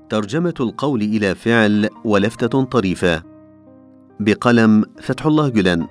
ترجمة القول إلى فعل ولفتة طريفة، بقلم فتح الله جلان.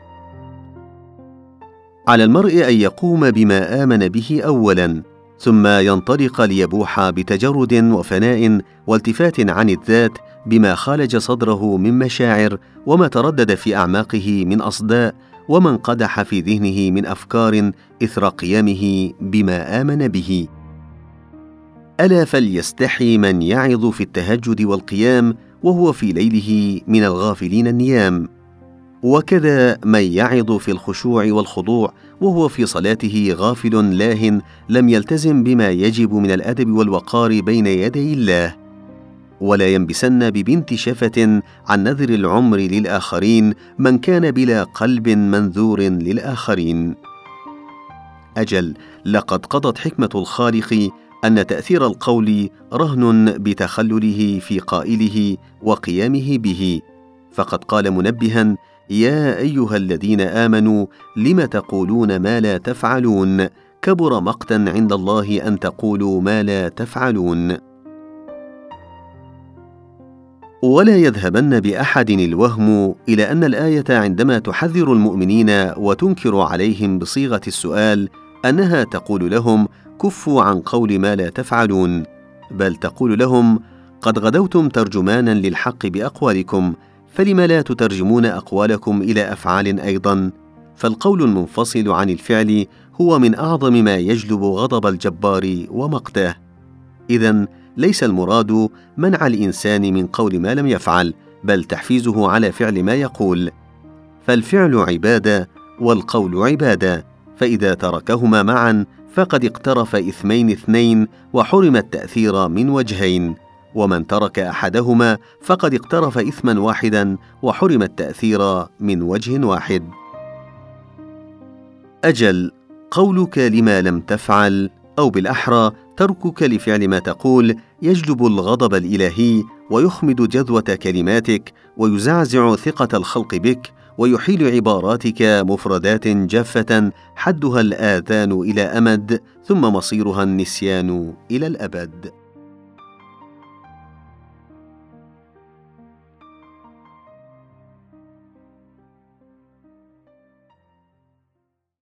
على المرء أن يقوم بما آمن به أولاً، ثم ينطلق ليبوح بتجرد وفناء والتفات عن الذات بما خالج صدره من مشاعر، وما تردد في أعماقه من أصداء، وما انقدح في ذهنه من أفكار إثر قيامه بما آمن به. ألا فليستحي من يعظ في التهجد والقيام وهو في ليله من الغافلين النيام، وكذا من يعظ في الخشوع والخضوع وهو في صلاته غافل لاه لم يلتزم بما يجب من الأدب والوقار بين يدي الله. ولا ينبسن ببنت شفة عن نذر العمر للآخرين من كان بلا قلب منذور للآخرين. أجل، لقد قضت حكمة الخالق أن تأثير القول رهن بتخلله في قائله وقيامه به، فقد قال منبها: يا أيها الذين آمنوا لم تقولون ما لا تفعلون، كبر مقتا عند الله أن تقولوا ما لا تفعلون. ولا يذهبن بأحد الوهم إلى أن الآية عندما تحذر المؤمنين وتنكر عليهم بصيغة السؤال أنها تقول لهم: كفوا عن قول ما لا تفعلون، بل تقول لهم: قد غدوتم ترجمانا للحق بأقوالكم، فلم لا تترجمون أقوالكم إلى أفعال أيضا؟ فالقول المنفصل عن الفعل هو من أعظم ما يجلب غضب الجبار ومقته. إذن ليس المراد منع الإنسان من قول ما لم يفعل، بل تحفيزه على فعل ما يقول. فالفعل عبادة والقول عبادة، فإذا تركهما معا فقد اقترف إثمين اثنين وحرم التأثير من وجهين، ومن ترك أحدهما فقد اقترف إثما واحدا وحرم التأثير من وجه واحد. أجل، قولك لما لم تفعل، أو بالأحرى تركك لفعل ما تقول، يجلب الغضب الإلهي ويخمد جذوة كلماتك ويزعزع ثقة الخلق بك، ويحيل عباراتك مفردات جافة حدها الآذان إلى أمد، ثم مصيرها النسيان إلى الأبد.